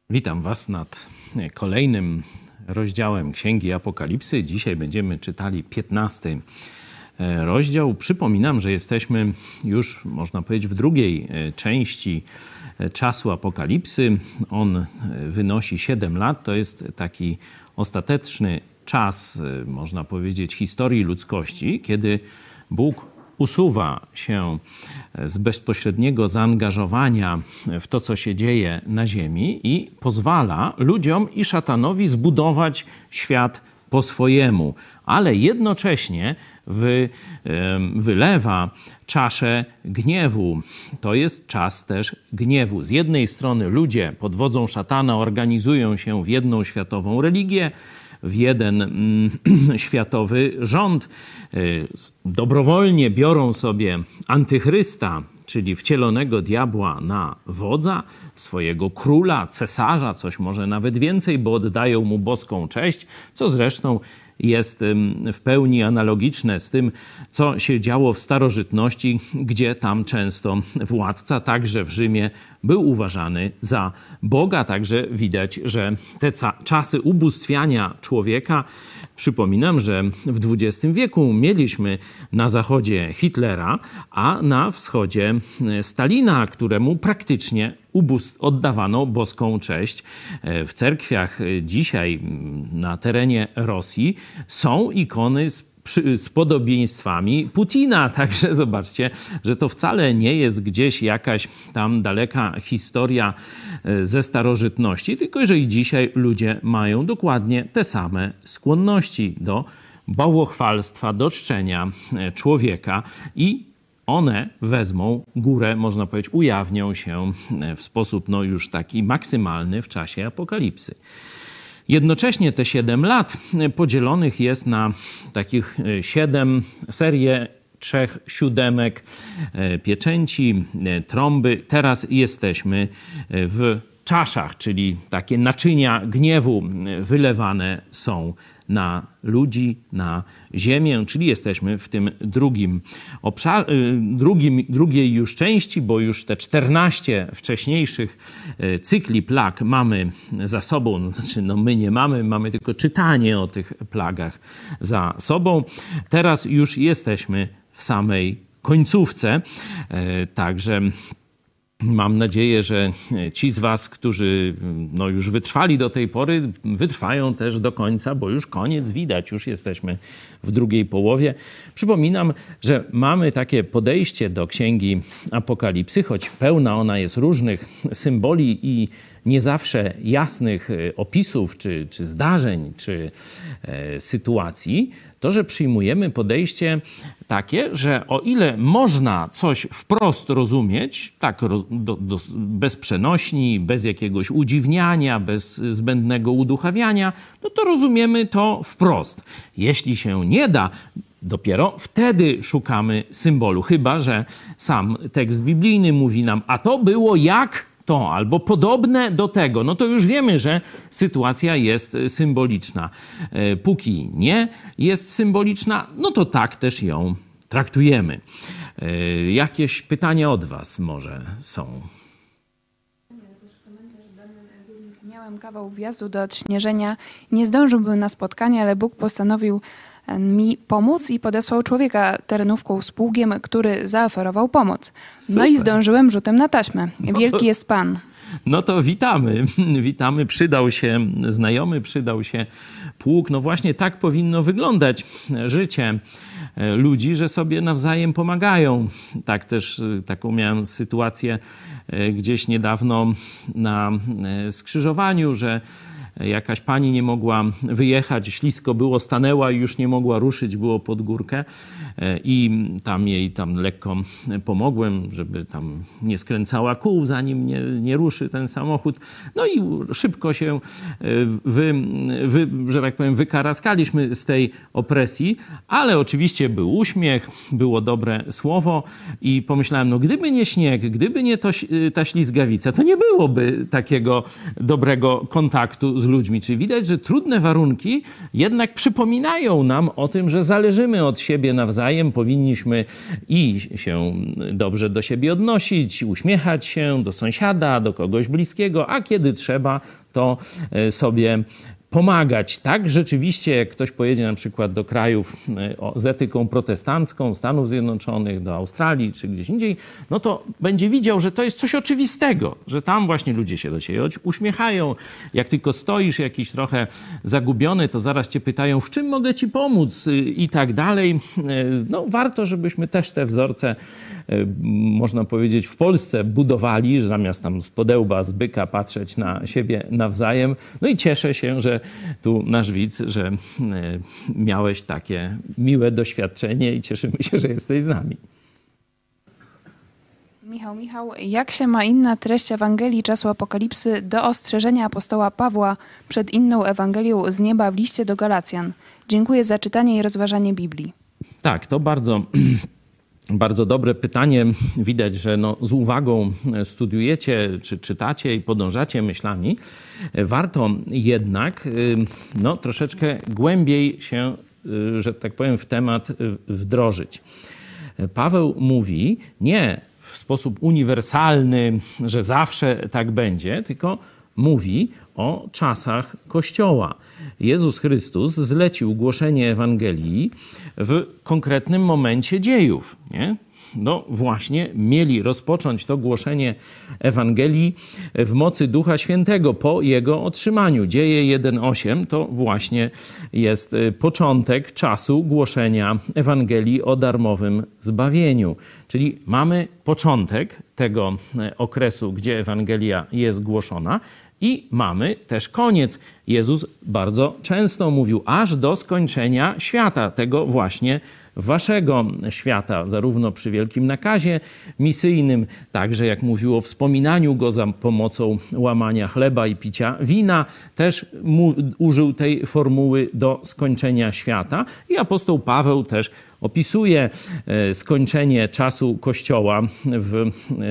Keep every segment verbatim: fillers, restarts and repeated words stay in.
Witam Was nad kolejnym rozdziałem Księgi Apokalipsy. Dzisiaj będziemy czytali piętnasty rozdział. Przypominam, że jesteśmy już, można powiedzieć, w drugiej części czasu Apokalipsy. On wynosi siedem lat. To jest taki ostateczny czas, można powiedzieć, historii ludzkości, kiedy Bóg usuwa się z bezpośredniego zaangażowania w to, co się dzieje na ziemi i pozwala ludziom i szatanowi zbudować świat po swojemu, ale jednocześnie wy, wylewa czaszę gniewu. To jest czas też gniewu. Z jednej strony ludzie pod wodzą szatana organizują się w jedną światową religię, w jeden mm, światowy rząd. Dobrowolnie biorą sobie antychrysta, czyli wcielonego diabła, na wodza, swojego króla, cesarza, coś może nawet więcej, bo oddają mu boską cześć, co zresztą jest w pełni analogiczne z tym, co się działo w starożytności, gdzie tam często władca, także w Rzymie, był uważany za Boga. Także widać, że te czasy ubóstwiania człowieka, przypominam, że w dwudziestym wieku mieliśmy na zachodzie Hitlera, a na wschodzie Stalina, któremu praktycznie oddawano boską cześć. W cerkwiach dzisiaj na terenie Rosji są ikony z z podobieństwami Putina. Także zobaczcie, że to wcale nie jest gdzieś jakaś tam daleka historia ze starożytności, tylko że i dzisiaj ludzie mają dokładnie te same skłonności do bałwochwalstwa, do czczenia człowieka i one wezmą górę, można powiedzieć, ujawnią się w sposób no już taki maksymalny w czasie apokalipsy. Jednocześnie te siedem lat podzielonych jest na takich siedem, serię trzech siódemek, pieczęci, trąby. Teraz jesteśmy w czaszach, czyli takie naczynia gniewu wylewane są na ludzi, na ziemię, czyli jesteśmy w tym drugim obszarze, drugim, drugiej już części, bo już te czternaście wcześniejszych cykli plag mamy za sobą, no, znaczy no my nie mamy, mamy tylko czytanie o tych plagach za sobą. Teraz już jesteśmy w samej końcówce, także mam nadzieję, że ci z was, którzy no już wytrwali do tej pory, wytrwają też do końca, bo już koniec widać, już jesteśmy w drugiej połowie. Przypominam, że mamy takie podejście do Księgi Apokalipsy, choć pełna ona jest różnych symboli i nie zawsze jasnych opisów, czy, czy zdarzeń, czy e, sytuacji, to, że przyjmujemy podejście takie, że o ile można coś wprost rozumieć, tak do, do, bez przenośni, bez jakiegoś udziwniania, bez zbędnego uduchawiania, no to rozumiemy to wprost. Jeśli się nie da, dopiero wtedy szukamy symbolu, chyba że sam tekst biblijny mówi nam, a to było jak to, albo podobne do tego, no to już wiemy, że sytuacja jest symboliczna. Póki nie jest symboliczna, no to tak też ją traktujemy. Jakieś pytania od was może są? Miałem kawał wjazdu do odśnieżenia. Nie zdążyłbym na spotkanie, ale Bóg postanowił mi pomóc i podesłał człowieka terenówką z pługiem, który zaoferował pomoc. Super. No i zdążyłem rzutem na taśmę. Wielki no to, jest Pan. No to witamy. Witamy. Przydał się znajomy, przydał się pług. No właśnie tak powinno wyglądać życie ludzi, że sobie nawzajem pomagają. Tak też, taką miałem sytuację gdzieś niedawno na skrzyżowaniu, że jakaś pani nie mogła wyjechać, ślisko było, stanęła i już nie mogła ruszyć, było pod górkę i tam jej tam lekko pomogłem, żeby tam nie skręcała kół, zanim nie, nie ruszy ten samochód. No i szybko się wy, wy, że tak powiem, wykaraskaliśmy z tej opresji, ale oczywiście był uśmiech, było dobre słowo i pomyślałem, no gdyby nie śnieg, gdyby nie to, ta ślizgawica, to nie byłoby takiego dobrego kontaktu z ludźmi. Czyli widać, że trudne warunki jednak przypominają nam o tym, że zależymy od siebie nawzajem, powinniśmy i się dobrze do siebie odnosić, uśmiechać się do sąsiada, do kogoś bliskiego, a kiedy trzeba, to sobie pomagać. Tak, rzeczywiście, jak ktoś pojedzie na przykład do krajów z etyką protestancką, Stanów Zjednoczonych, do Australii czy gdzieś indziej, no to będzie widział, że to jest coś oczywistego, że tam właśnie ludzie się do ciebie uśmiechają. Jak tylko stoisz jakiś trochę zagubiony, to zaraz cię pytają, w czym mogę ci pomóc i tak dalej. No warto, żebyśmy też te wzorce, można powiedzieć, w Polsce budowali, że zamiast tam z podełba, z byka patrzeć na siebie nawzajem. No i cieszę się, że tu nasz widz, że miałeś takie miłe doświadczenie i cieszymy się, że jesteś z nami. Michał, Michał, jak się ma inna treść Ewangelii czasu Apokalipsy do ostrzeżenia apostoła Pawła przed inną Ewangelią z nieba w liście do Galacjan? Dziękuję za czytanie i rozważanie Biblii. Tak, to bardzo... Bardzo dobre pytanie. Widać, że no, z uwagą studiujecie, czy czytacie i podążacie myślami. Warto jednak no, troszeczkę głębiej się, że tak powiem, w temat wdrożyć. Paweł mówi nie w sposób uniwersalny, że zawsze tak będzie, tylko mówi o czasach Kościoła. Jezus Chrystus zlecił głoszenie Ewangelii w konkretnym momencie dziejów. Nie? No właśnie mieli rozpocząć to głoszenie Ewangelii w mocy Ducha Świętego po jego otrzymaniu. Dzieje jeden osiem to właśnie jest początek czasu głoszenia Ewangelii o darmowym zbawieniu. Czyli mamy początek tego okresu, gdzie Ewangelia jest głoszona, i mamy też koniec. Jezus bardzo często mówił, aż do skończenia świata, tego właśnie waszego świata, zarówno przy wielkim nakazie misyjnym, także jak mówił o wspominaniu go za pomocą łamania chleba i picia wina, też mu, użył tej formuły do skończenia świata. I apostoł Paweł też opisuje skończenie czasu Kościoła w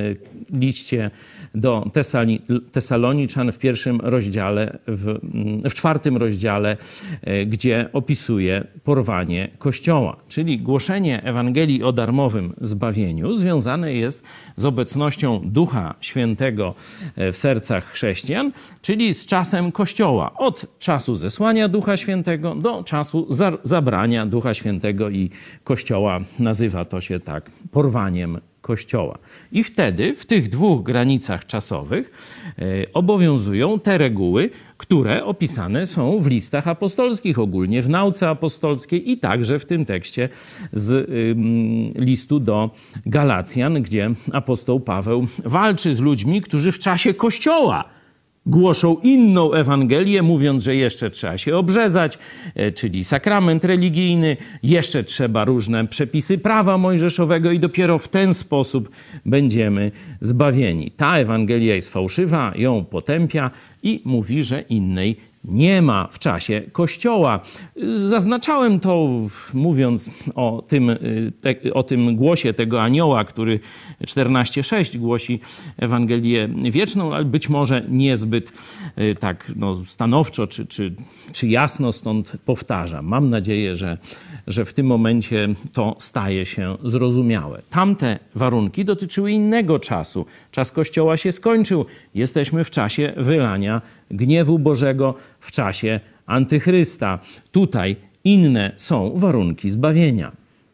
liście do Tesaloniczan w pierwszym rozdziale, w, w czwartym rozdziale, gdzie opisuje porwanie Kościoła. Czyli głoszenie Ewangelii o darmowym zbawieniu związane jest z obecnością Ducha Świętego w sercach chrześcijan, czyli z czasem Kościoła. Od czasu zesłania Ducha Świętego do czasu zabrania Ducha Świętego i Kościoła. Nazywa to się tak porwaniem Kościoła. I wtedy w tych dwóch granicach czasowych y, obowiązują te reguły, które opisane są w listach apostolskich, ogólnie w nauce apostolskiej i także w tym tekście z y, listu do Galacjan, gdzie apostoł Paweł walczy z ludźmi, którzy w czasie Kościoła głoszą inną Ewangelię, mówiąc, że jeszcze trzeba się obrzezać, czyli sakrament religijny, jeszcze trzeba różne przepisy prawa mojżeszowego i dopiero w ten sposób będziemy zbawieni. Ta Ewangelia jest fałszywa, ją potępia i mówi, że innej nie ma w czasie Kościoła. Zaznaczałem to, mówiąc o tym, te, o tym głosie tego anioła, który czternaście sześć głosi Ewangelię wieczną, ale być może niezbyt tak no, stanowczo czy, czy, czy jasno stąd powtarzam. Mam nadzieję, że, że w tym momencie to staje się zrozumiałe. Tamte warunki dotyczyły innego czasu. Czas Kościoła się skończył. Jesteśmy w czasie wylania gniewu Bożego, w czasie Antychrysta. Tutaj inne są warunki zbawienia.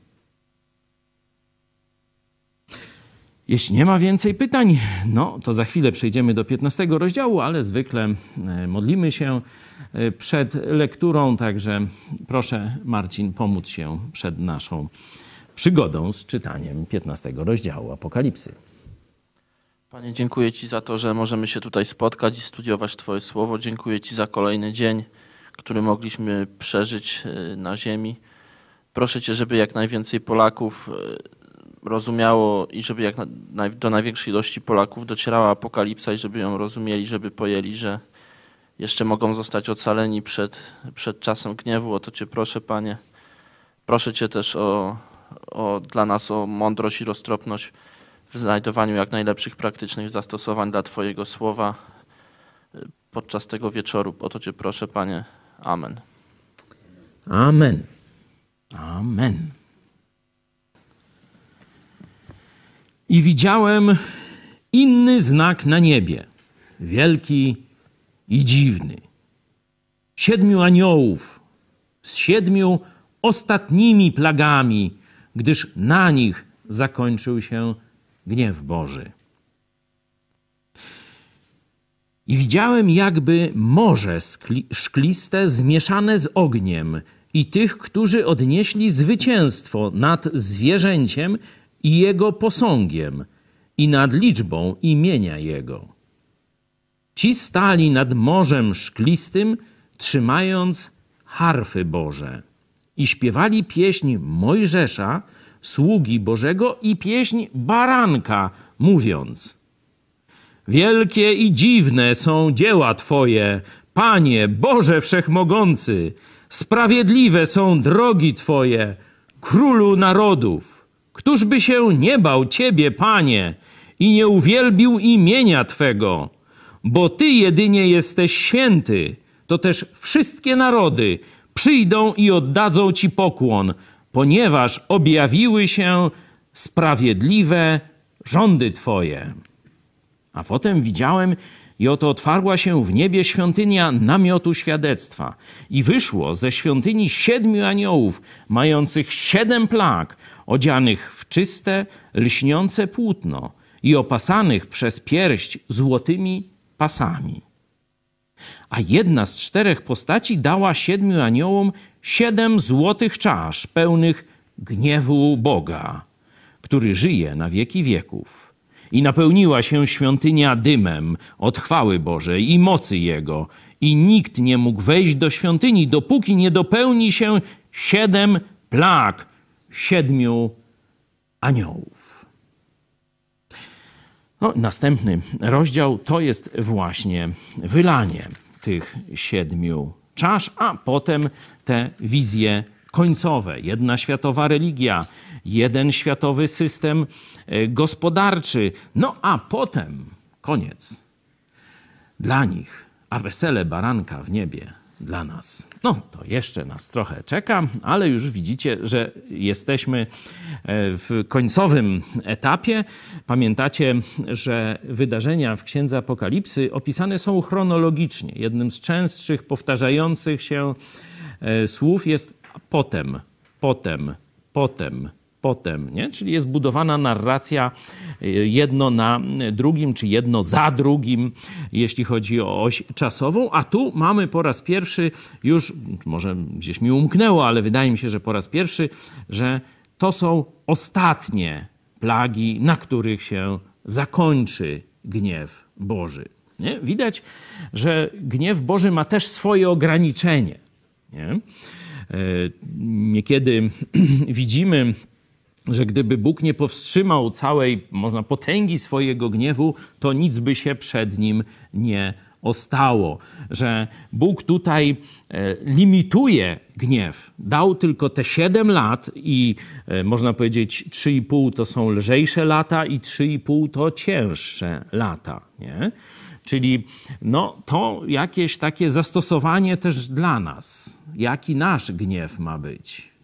Jeśli nie ma więcej pytań, no to za chwilę przejdziemy do piętnastego rozdziału, ale zwykle modlimy się przed lekturą, także proszę Marcin pomóc się przed naszą przygodą z czytaniem piętnastego rozdziału Apokalipsy. Panie, dziękuję Ci za to, że możemy się tutaj spotkać i studiować Twoje słowo. Dziękuję Ci za kolejny dzień, który mogliśmy przeżyć na ziemi. Proszę Cię, żeby jak najwięcej Polaków rozumiało i żeby jak na, do największej ilości Polaków docierała Apokalipsa i żeby ją rozumieli, żeby pojęli, że jeszcze mogą zostać ocaleni przed, przed czasem gniewu. O to Cię proszę, Panie. Proszę Cię też o, o, dla nas o mądrość i roztropność w znajdowaniu jak najlepszych praktycznych zastosowań dla Twojego słowa. podczas tego wieczoru. O to Cię proszę, Panie. Amen. Amen. Amen. I widziałem inny znak na niebie, wielki i dziwny. Siedmiu aniołów z siedmiu ostatnimi plagami, gdyż na nich zakończył się gniew Boży. I widziałem jakby morze szkliste zmieszane z ogniem i tych, którzy odnieśli zwycięstwo nad zwierzęciem i jego posągiem i nad liczbą imienia jego. Ci stali nad morzem szklistym, trzymając harfy Boże i śpiewali pieśń Mojżesza, sługi Bożego i pieśń Baranka, mówiąc: wielkie i dziwne są dzieła Twoje, Panie Boże Wszechmogący, sprawiedliwe są drogi Twoje, Królu narodów. Któż by się nie bał Ciebie, Panie, i nie uwielbił imienia Twego? Bo Ty jedynie jesteś święty, to też wszystkie narody przyjdą i oddadzą Ci pokłon, ponieważ objawiły się sprawiedliwe rządy Twoje. A potem widziałem, i oto otwarła się w niebie świątynia namiotu świadectwa. I wyszło ze świątyni siedmiu aniołów, mających siedem plag, odzianych w czyste, lśniące płótno i opasanych przez pierść złotymi pasami. A jedna z czterech postaci dała siedmiu aniołom siedem złotych czasz pełnych gniewu Boga, który żyje na wieki wieków. I napełniła się świątynia dymem od chwały Bożej i mocy Jego. I nikt nie mógł wejść do świątyni, dopóki nie dopełni się siedem plag siedmiu aniołów. No, następny rozdział to jest właśnie wylanie tych siedmiu czasz, a potem te wizje końcowe. Jedna światowa religia, jeden światowy system gospodarczy. No a potem koniec. Dla nich, a wesele baranka w niebie dla nas. No to jeszcze nas trochę czeka, ale już widzicie, że jesteśmy w końcowym etapie. Pamiętacie, że wydarzenia w Księdze Apokalipsy opisane są chronologicznie. Jednym z częstszych powtarzających się słów jest potem, potem, potem, potem, nie? Czyli jest budowana narracja jedno na drugim, czy jedno za drugim, jeśli chodzi o oś czasową. A tu mamy po raz pierwszy, już może gdzieś mi umknęło, ale wydaje mi się, że po raz pierwszy, że to są ostatnie plagi, na których się zakończy gniew Boży. Nie? Widać, że gniew Boży ma też swoje ograniczenie. Nie? Niekiedy widzimy, że gdyby Bóg nie powstrzymał całej, można potęgi swojego gniewu, to nic by się przed nim nie ostało. Że Bóg tutaj limituje gniew. Dał tylko te siedem lat i można powiedzieć trzy i pół to są lżejsze lata i trzy i pół to cięższe lata. Nie? Czyli no, to jakieś takie zastosowanie też dla nas. Jaki nasz gniew ma być?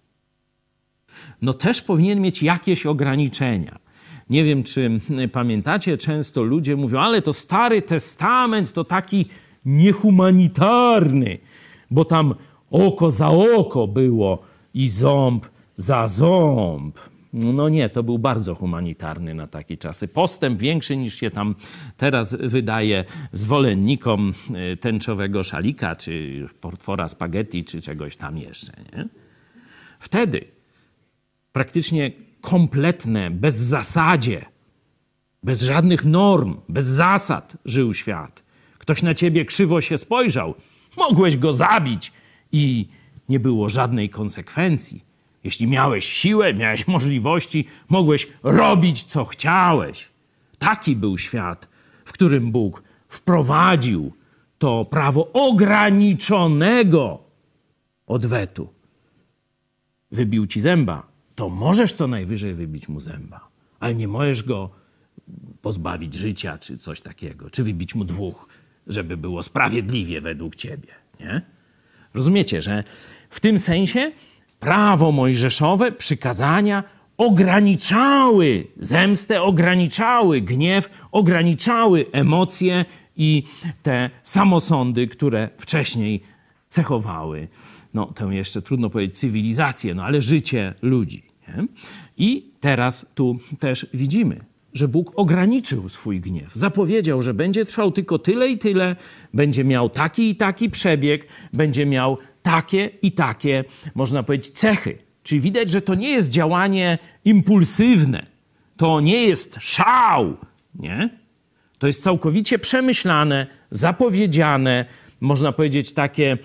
No też powinien mieć jakieś ograniczenia. Nie wiem, czy pamiętacie, często ludzie mówią, ale to Stary Testament to taki niehumanitarny, bo tam oko za oko było i ząb za ząb. No nie, to był bardzo humanitarny na takie czasy. Postęp większy niż się tam teraz wydaje zwolennikom tęczowego szalika, czy portfora spaghetti, czy czegoś tam jeszcze. Nie? Wtedy praktycznie kompletne, bez zasadzie, bez żadnych norm, bez zasad żył świat. Ktoś na ciebie krzywo się spojrzał, mogłeś go zabić i nie było żadnej konsekwencji. Jeśli miałeś siłę, miałeś możliwości, mogłeś robić, co chciałeś. Taki był świat, w którym Bóg wprowadził to prawo ograniczonego odwetu. Wybił ci zęba, to możesz co najwyżej wybić mu zęba, ale nie możesz go pozbawić życia, czy coś takiego, czy wybić mu dwóch żeby było sprawiedliwie według ciebie, nie? Rozumiecie, że w tym sensie prawo mojżeszowe, przykazania ograniczały zemstę, ograniczały gniew, ograniczały emocje i te samosądy, które wcześniej cechowały, no tę jeszcze trudno powiedzieć cywilizację, no ale życie ludzi. Nie? I teraz tu też widzimy, że Bóg ograniczył swój gniew. Zapowiedział, że będzie trwał tylko tyle i tyle, będzie miał taki i taki przebieg, będzie miał takie i takie, można powiedzieć, cechy. Czyli widać, że to nie jest działanie impulsywne, to nie jest szał, nie? To jest całkowicie przemyślane, zapowiedziane, można powiedzieć takie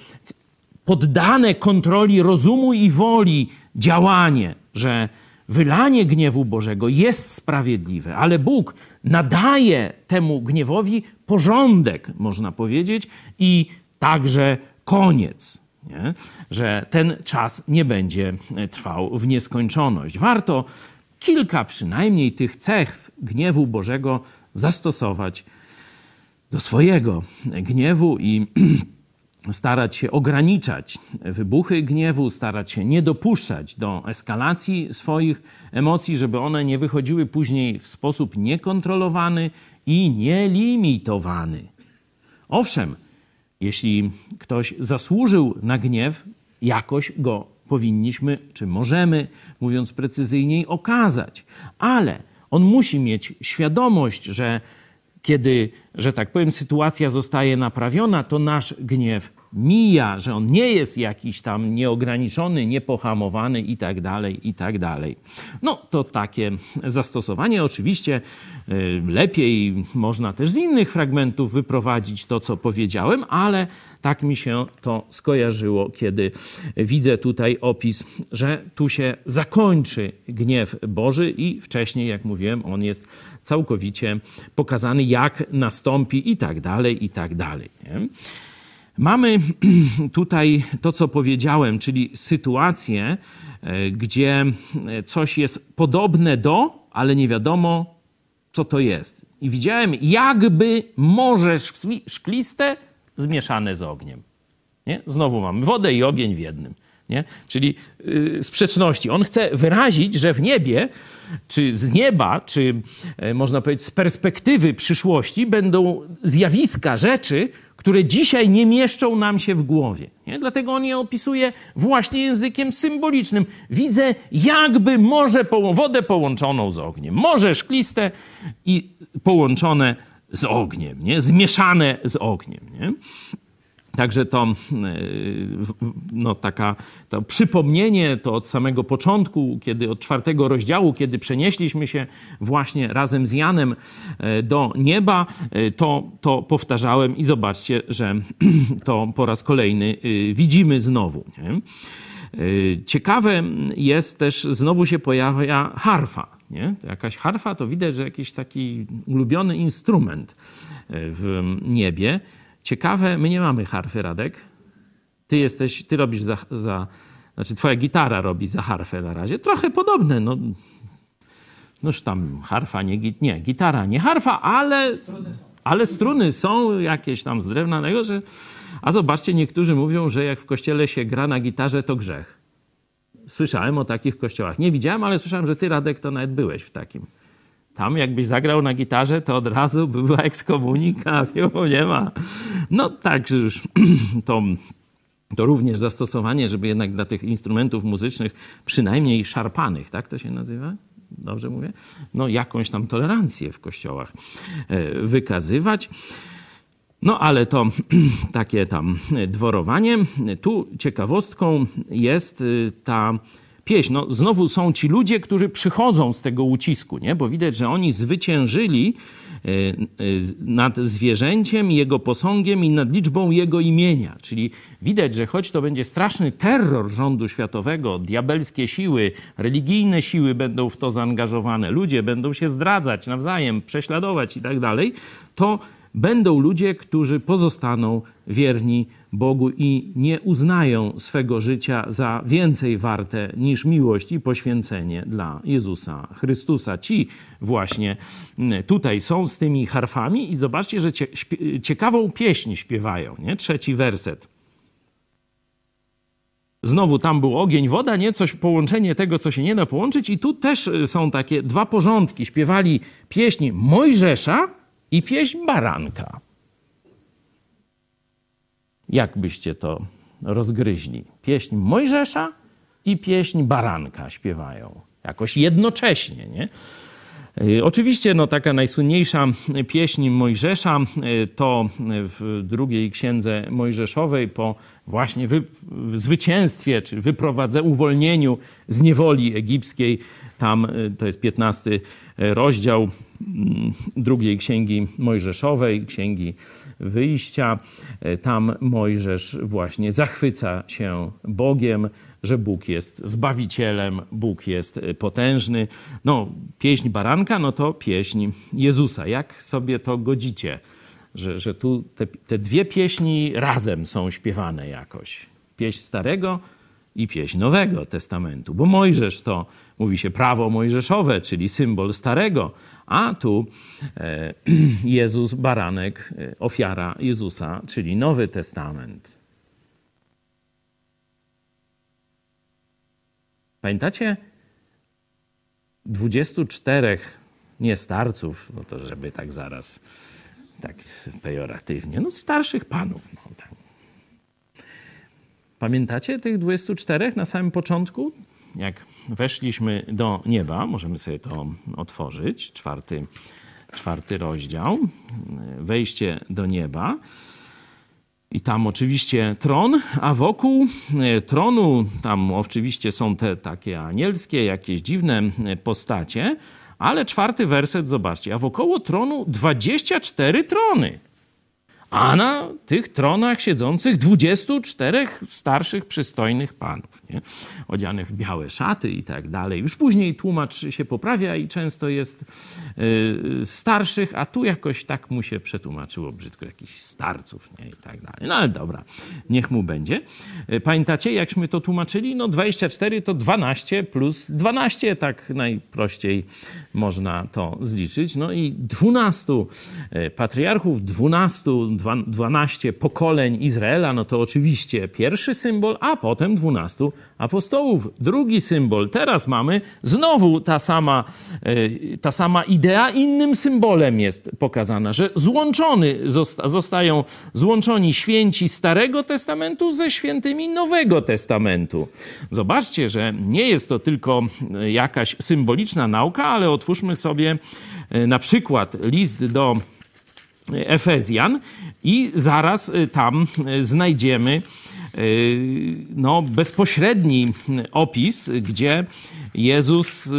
poddane kontroli rozumu i woli działanie, że wylanie gniewu Bożego jest sprawiedliwe, ale Bóg nadaje temu gniewowi porządek, można powiedzieć, i także koniec. Nie? Że ten czas nie będzie trwał w nieskończoność. Warto kilka przynajmniej tych cech gniewu Bożego zastosować do swojego gniewu i starać się ograniczać wybuchy gniewu, starać się nie dopuszczać do eskalacji swoich emocji, żeby one nie wychodziły później w sposób niekontrolowany i nielimitowany. Owszem, jeśli ktoś zasłużył na gniew, jakoś go powinniśmy, czy możemy, mówiąc precyzyjniej, okazać. Ale on musi mieć świadomość, że kiedy, że tak powiem, sytuacja zostaje naprawiona, to nasz gniew mija, że on nie jest jakiś tam nieograniczony, niepohamowany i tak dalej, i tak dalej. No to takie zastosowanie. Oczywiście lepiej można też z innych fragmentów wyprowadzić to, co powiedziałem, ale tak mi się to skojarzyło, kiedy widzę tutaj opis, że tu się zakończy gniew Boży i wcześniej, jak mówiłem, on jest całkowicie pokazany, jak nastąpi i tak dalej, i tak dalej. Nie? Mamy tutaj to, co powiedziałem, czyli sytuację, gdzie coś jest podobne do, ale nie wiadomo, co to jest. I widziałem jakby morze szkliste zmieszane z ogniem. Nie? Znowu mamy wodę i ogień w jednym. Nie? Czyli yy, sprzeczności. On chce wyrazić, że w niebie, czy z nieba, czy yy, można powiedzieć z perspektywy przyszłości będą zjawiska, rzeczy, które dzisiaj nie mieszczą nam się w głowie. Nie? Dlatego on je opisuje właśnie językiem symbolicznym. Widzę jakby morze, wodę połączoną z ogniem. Morze szkliste i połączone z ogniem, nie? Zmieszane z ogniem. Nie? Także to, no, taka, to przypomnienie to od samego początku, kiedy od czwartego rozdziału, kiedy przenieśliśmy się właśnie razem z Janem do nieba, to, to powtarzałem i zobaczcie, że to po raz kolejny widzimy znowu. Nie? Ciekawe jest też, znowu się pojawia harfa. Nie? To jakaś harfa, to widać, że jakiś taki ulubiony instrument w niebie. Ciekawe, my nie mamy harfy, Radek. Ty jesteś, ty robisz za, za, znaczy twoja gitara robi za harfę na razie. Trochę podobne, no. Noż tam harfa, nie, nie gitara, nie harfa, ale struny są, ale struny są jakieś tam z drewna, że... A zobaczcie, niektórzy mówią, że jak w kościele się gra na gitarze, to grzech. Słyszałem o takich kościołach. Nie widziałem, ale słyszałem, że ty, Radek, to nawet byłeś w takim. Tam jakbyś zagrał na gitarze, to od razu by była ekskomunika, nie ma. No tak, już to, to również zastosowanie, żeby jednak dla tych instrumentów muzycznych, przynajmniej szarpanych, tak to się nazywa? Dobrze mówię? No jakąś tam tolerancję w kościołach wykazywać. No ale to takie tam dworowanie. Tu ciekawostką jest ta pieśń. No, znowu są ci ludzie, którzy przychodzą z tego ucisku, nie? Bo widać, że oni zwyciężyli nad zwierzęciem, jego posągiem i nad liczbą jego imienia. Czyli widać, że choć to będzie straszny terror rządu światowego, diabelskie siły, religijne siły będą w to zaangażowane, ludzie będą się zdradzać nawzajem, prześladować i tak dalej, to będą ludzie, którzy pozostaną wierni Bogu i nie uznają swego życia za więcej warte niż miłość i poświęcenie dla Jezusa Chrystusa. Ci właśnie tutaj są z tymi harfami i zobaczcie, że ciekawą pieśń śpiewają. Nie? Trzeci werset. Znowu tam był ogień, woda, nie? Coś, połączenie tego, co się nie da połączyć. I tu też są takie dwa porządki. Śpiewali pieśń Mojżesza i pieśń Baranka. Jak byście to rozgryźli? Pieśń Mojżesza i pieśń Baranka śpiewają. Jakoś jednocześnie, nie? Oczywiście no, taka najsłynniejsza pieśń Mojżesza to w drugiej księdze Mojżeszowej po właśnie wy, zwycięstwie czy wyprowadzeniu, uwolnieniu z niewoli egipskiej. Tam to jest piętnasty rozdział drugiej księgi Mojżeszowej, księgi Wyjścia. Tam Mojżesz właśnie zachwyca się Bogiem, że Bóg jest Zbawicielem, Bóg jest potężny. No, pieśń Baranka, no to pieśń Jezusa. Jak sobie to godzicie, że, że tu te, te dwie pieśni razem są śpiewane jakoś? Pieśń Starego i pieśń Nowego Testamentu. Bo Mojżesz to, mówi się, prawo mojżeszowe, czyli symbol Starego, a tu e, Jezus, baranek, ofiara Jezusa, czyli Nowy Testament. Pamiętacie? dwudziestu czterech, nie starców, no to żeby tak zaraz, tak pejoratywnie, no starszych panów. No, tak. Pamiętacie tych dwudziestu czterech na samym początku? Jak weszliśmy do nieba, możemy sobie to otworzyć, czwarty, czwarty rozdział, wejście do nieba. I tam oczywiście tron, a wokół tronu tam oczywiście są te takie anielskie, jakieś dziwne postacie, ale czwarty werset, zobaczcie, a wokoło tronu dwadzieścia cztery trony. A na tych tronach siedzących dwudziestu czterech starszych, przystojnych panów, nie? Odzianych w białe szaty i tak dalej. Już później tłumacz się poprawia i często jest y, starszych, a tu jakoś tak mu się przetłumaczyło brzydko, jakichś starców, nie? I tak dalej. No ale dobra, niech mu będzie. Pamiętacie, jakśmy to tłumaczyli? No dwadzieścia cztery to dwanaście plus dwanaście, tak najprościej można to zliczyć. No i dwunastu patriarchów, dwunastu dwanaście pokoleń Izraela, no to oczywiście pierwszy symbol, a potem dwunastu apostołów. Drugi symbol. Teraz mamy znowu ta sama, ta sama idea, innym symbolem jest pokazana, że złączony zosta- zostają złączoni święci Starego Testamentu ze świętymi Nowego Testamentu. Zobaczcie, że nie jest to tylko jakaś symboliczna nauka, ale otwórzmy sobie na przykład list do Efezjan i zaraz tam znajdziemy no, bezpośredni opis, gdzie Jezus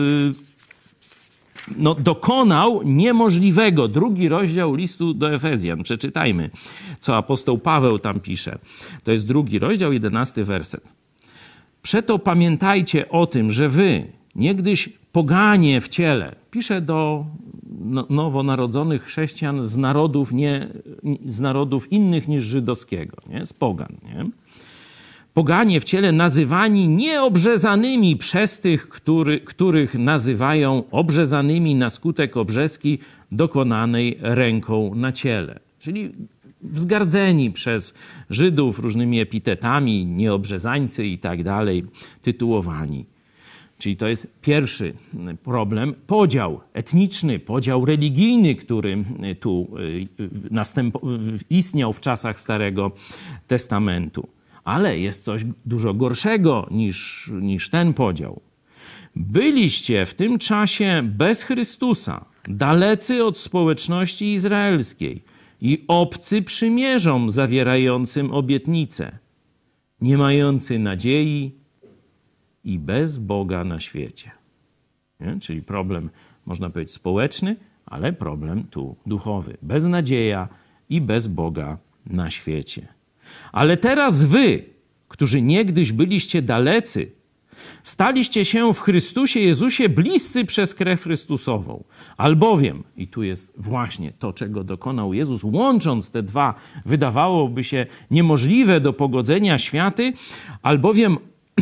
no, dokonał niemożliwego. Drugi rozdział listu do Efezjan. Przeczytajmy, co apostoł Paweł tam pisze. To jest drugi rozdział, jedenasty werset. Przeto pamiętajcie o tym, że wy, niegdyś poganie w ciele, pisze do nowonarodzonych chrześcijan z narodów, nie, z narodów innych niż żydowskiego, nie? Z pogan. Nie? Poganie w ciele nazywani nieobrzezanymi przez tych, który, których nazywają obrzezanymi na skutek obrzeski dokonanej ręką na ciele. Czyli wzgardzeni przez Żydów różnymi epitetami, nieobrzezańcy i tak dalej, tytułowani. Czyli to jest pierwszy problem, podział etniczny, podział religijny, który tu następ- istniał w czasach Starego Testamentu. Ale jest coś dużo gorszego niż, niż ten podział. Byliście w tym czasie bez Chrystusa, dalecy od społeczności izraelskiej i obcy przymierzom zawierającym obietnice, nie mający nadziei i bez Boga na świecie. Nie? Czyli problem, można powiedzieć, społeczny, ale problem tu duchowy. Beznadzieja i bez Boga na świecie. Ale teraz wy, którzy niegdyś byliście dalecy, Staliście się w Chrystusie Jezusie bliscy przez krew Chrystusową. Albowiem, i tu jest właśnie to, czego dokonał Jezus, łącząc te dwa, wydawałoby się niemożliwe do pogodzenia światy, albowiem,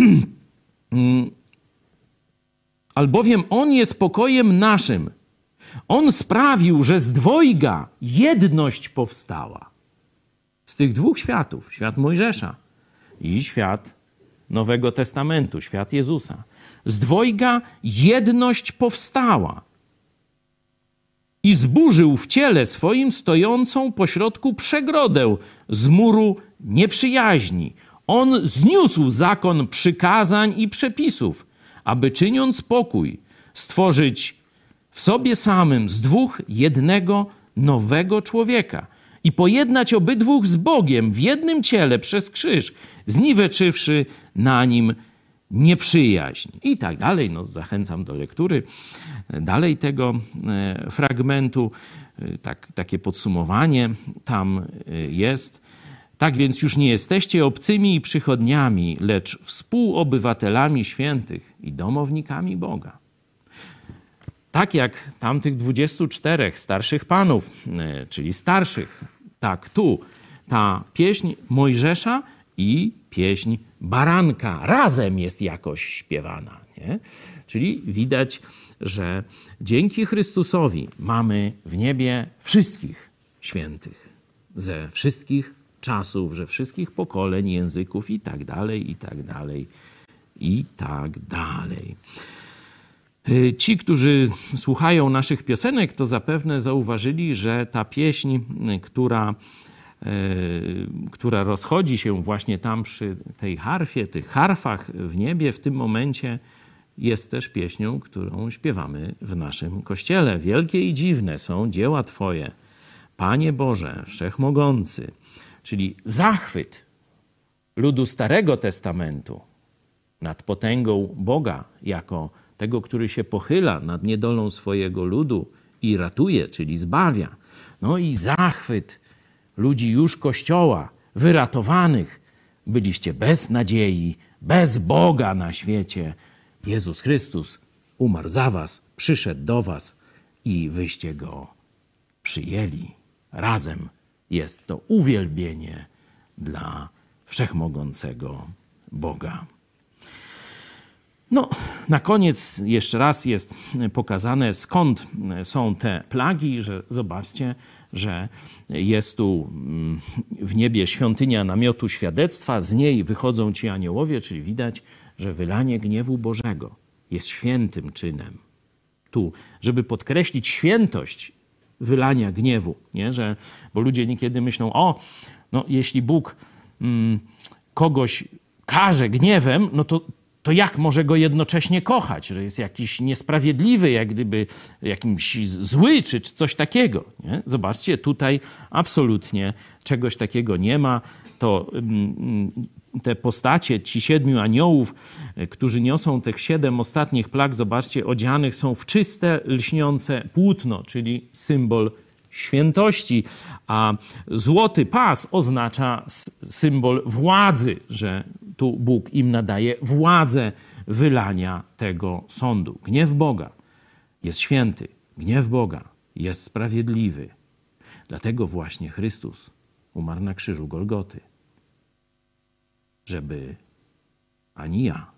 albowiem On jest pokojem naszym. On sprawił, że z dwojga jedność powstała. Z tych dwóch światów, świat Mojżesza i świat Nowego Testamentu, świat Jezusa. Z dwojga jedność powstała i zburzył w ciele swoim stojącą pośrodku przegrodę z muru nieprzyjaźni. On zniósł zakon przykazań i przepisów, aby czyniąc pokój, stworzyć w sobie samym z dwóch jednego nowego człowieka i pojednać obydwóch z Bogiem w jednym ciele przez krzyż, zniweczywszy na nim nieprzyjaźń. I tak dalej. No, zachęcam do lektury dalej tego e, fragmentu. E, tak, takie podsumowanie tam e, jest. Tak więc już nie jesteście obcymi i przychodniami, lecz współobywatelami świętych i domownikami Boga. Tak jak tamtych dwudziestu czterech starszych panów, e, czyli starszych, tak tu ta pieśń Mojżesza i pieśń Baranka razem jest jakoś śpiewana. Nie? Czyli widać, że dzięki Chrystusowi mamy w niebie wszystkich świętych ze wszystkich czasów, ze wszystkich pokoleń, języków i tak dalej, i tak dalej, i tak dalej. Ci, którzy słuchają naszych piosenek, to zapewne zauważyli, że ta pieśń, która, która rozchodzi się właśnie tam przy tej harfie, tych harfach w niebie, w tym momencie jest też pieśnią, którą śpiewamy w naszym kościele. Wielkie i dziwne są dzieła Twoje, Panie Boże, Wszechmogący. Czyli zachwyt ludu Starego Testamentu nad potęgą Boga jako tego, który się pochyla nad niedolą swojego ludu i ratuje, czyli zbawia. No i zachwyt ludzi już Kościoła, wyratowanych. Byliście bez nadziei, bez Boga na świecie. Jezus Chrystus umarł za was, przyszedł do was i wyście Go przyjęli. Razem jest to uwielbienie dla Wszechmogącego Boga. No, na koniec jeszcze raz jest pokazane, skąd są te plagi, że zobaczcie, że jest tu w niebie świątynia namiotu świadectwa, z niej wychodzą ci aniołowie, czyli widać, że wylanie gniewu Bożego jest świętym czynem. Tu, żeby podkreślić świętość wylania gniewu, nie? Że, bo ludzie niekiedy myślą, o, no jeśli Bóg mm, kogoś karze gniewem, no to to jak może go jednocześnie kochać, że jest jakiś niesprawiedliwy, jak gdyby jakimś zły, czy coś takiego. Nie? Zobaczcie, tutaj absolutnie czegoś takiego nie ma. To te postacie, ci siedmiu aniołów, którzy niosą tych siedem ostatnich plag, zobaczcie, odzianych są w czyste, lśniące płótno, czyli symbol świętości, a złoty pas oznacza symbol władzy, że tu Bóg im nadaje władzę wylania tego sądu. Gniew Boga jest święty, gniew Boga jest sprawiedliwy. Dlatego właśnie Chrystus umarł na krzyżu Golgoty, żeby ani ja,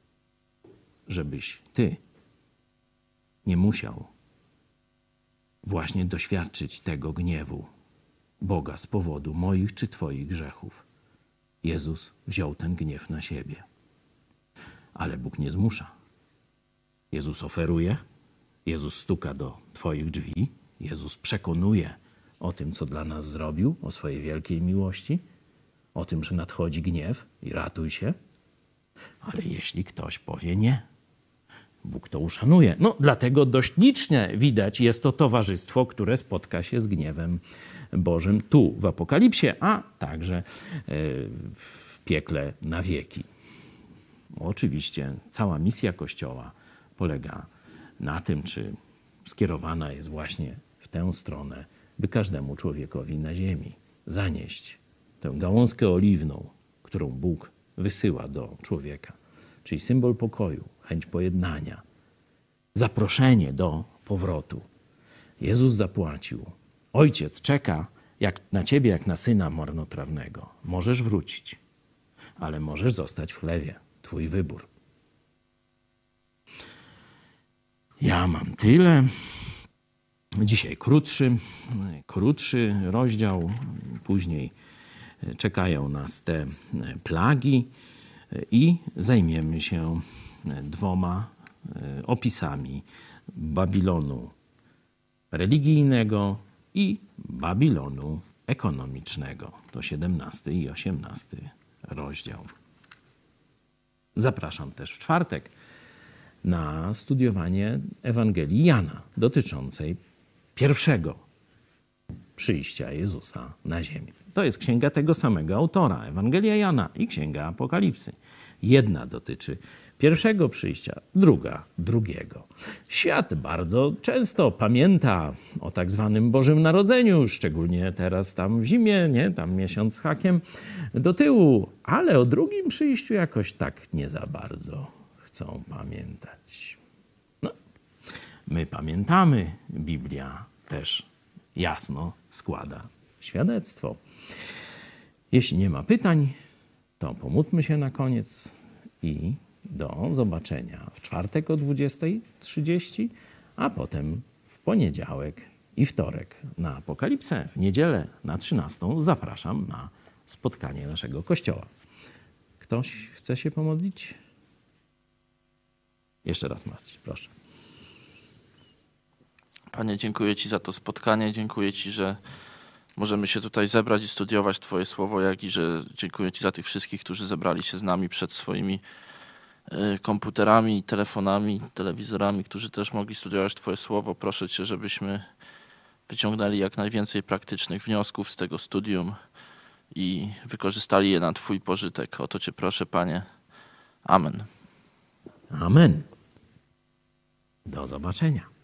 żebyś ty nie musiał właśnie doświadczyć tego gniewu Boga z powodu moich czy twoich grzechów. Jezus wziął ten gniew na siebie. Ale Bóg nie zmusza. Jezus oferuje, Jezus stuka do twoich drzwi, Jezus przekonuje o tym, co dla nas zrobił, o swojej wielkiej miłości, o tym, że nadchodzi gniew i ratuj się. Ale jeśli ktoś powie nie, Bóg to uszanuje. No, dlatego dość liczne widać jest to towarzystwo, które spotka się z gniewem Bożym tu w Apokalipsie, a także w piekle na wieki. Oczywiście cała misja Kościoła polega na tym, czy skierowana jest właśnie w tę stronę, by każdemu człowiekowi na ziemi zanieść tę gałązkę oliwną, którą Bóg wysyła do człowieka, czyli symbol pokoju, chęć pojednania, zaproszenie do powrotu. Jezus zapłacił. Ojciec czeka jak na ciebie, jak na syna marnotrawnego. Możesz wrócić, ale możesz zostać w chlewie. Twój wybór. Ja mam tyle. Dzisiaj krótszy, krótszy rozdział. Później czekają nas te plagi i zajmiemy się dwoma opisami Babilonu religijnego i Babilonu ekonomicznego. To siedemnasty i osiemnasty rozdział. Zapraszam też w czwartek na studiowanie Ewangelii Jana dotyczącej pierwszego przyjścia Jezusa na ziemię. To jest księga tego samego autora, Ewangelia Jana i księga Apokalipsy. Jedna dotyczy pierwszego przyjścia, druga drugiego. Świat bardzo często pamięta o tak zwanym Bożym Narodzeniu, szczególnie teraz tam w zimie, nie? Tam miesiąc z hakiem do tyłu, ale o drugim przyjściu jakoś tak nie za bardzo chcą pamiętać. No, my pamiętamy, Biblia też jasno składa świadectwo. Jeśli nie ma pytań, to pomódlmy się na koniec i do zobaczenia w czwartek o dwudziestej trzydzieści, a potem w poniedziałek i wtorek na Apokalipsę. W niedzielę na trzynastą zapraszam na spotkanie naszego kościoła. Ktoś chce się pomodlić? Jeszcze raz, Marcin, proszę. Panie, dziękuję Ci za to spotkanie. Dziękuję Ci, że możemy się tutaj zebrać i studiować Twoje słowo, jak i że dziękuję Ci za tych wszystkich, którzy zebrali się z nami przed swoimi komputerami, telefonami, telewizorami, którzy też mogli studiować Twoje słowo. Proszę Cię, żebyśmy wyciągnęli jak najwięcej praktycznych wniosków z tego studium i wykorzystali je na Twój pożytek. O to Cię proszę, Panie. Amen. Amen. Do zobaczenia.